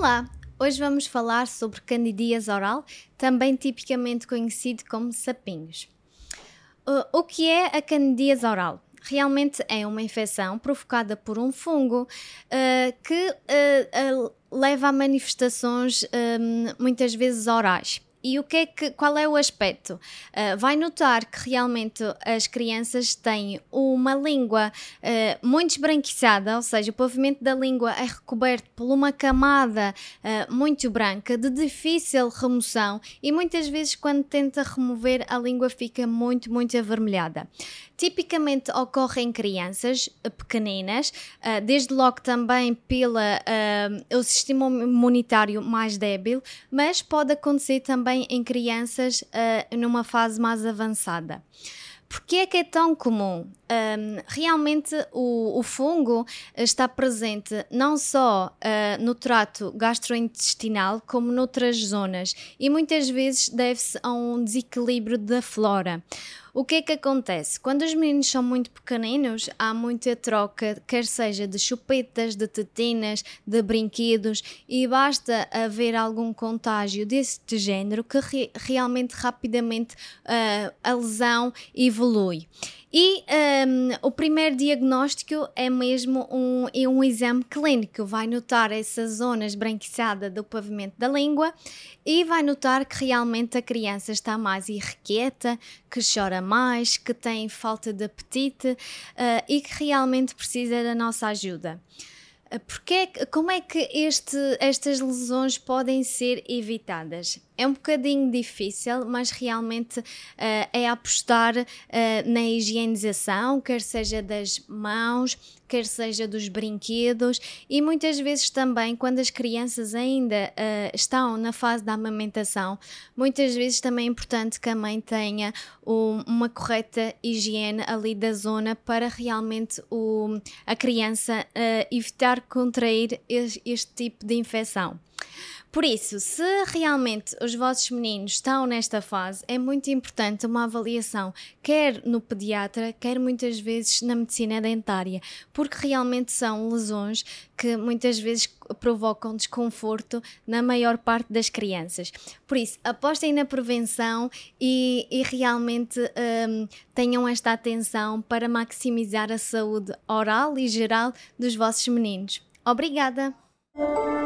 Olá! Hoje vamos falar sobre candidíase oral, também tipicamente conhecido como sapinhos. O que é a candidíase oral? Realmente é uma infecção provocada por um fungo que leva a manifestações muitas vezes orais. E qual é o aspecto? Vai notar que realmente as crianças têm uma língua muito esbranquiçada, ou seja, o pavimento da língua é recoberto por uma camada muito branca, de difícil remoção, e muitas vezes quando tenta remover a língua fica muito, muito avermelhada. Tipicamente ocorre em crianças pequeninas, desde logo também pelo sistema imunitário mais débil, mas pode acontecer também em crianças numa fase mais avançada. Porquê é que é tão comum? Realmente o fungo está presente não só no trato gastrointestinal como noutras zonas e muitas vezes deve-se a um desequilíbrio da flora. O que é que acontece? Quando os meninos são muito pequeninos, há muita troca, quer seja de chupetas, de tetinas, de brinquedos, e basta haver algum contágio deste género que realmente rapidamente a lesão evolui. E o primeiro diagnóstico é mesmo um exame clínico. Vai notar essa zona esbranquiçada do pavimento da língua e vai notar que realmente a criança está mais irrequieta, que chora mais, que tem falta de apetite e que realmente precisa da nossa ajuda. Como é que estas lesões podem ser evitadas? É um bocadinho difícil, mas realmente é apostar na higienização, quer seja das mãos, quer seja dos brinquedos, e muitas vezes também quando as crianças ainda estão na fase da amamentação, muitas vezes também é importante que a mãe tenha uma correta higiene ali da zona para realmente a criança evitar contrair este tipo de infecção. Por isso, se realmente os vossos meninos estão nesta fase, é muito importante uma avaliação, quer no pediatra, quer muitas vezes na medicina dentária, porque realmente são lesões que muitas vezes provocam desconforto na maior parte das crianças. Por isso, apostem na prevenção e realmente tenham esta atenção para maximizar a saúde oral e geral dos vossos meninos. Obrigada!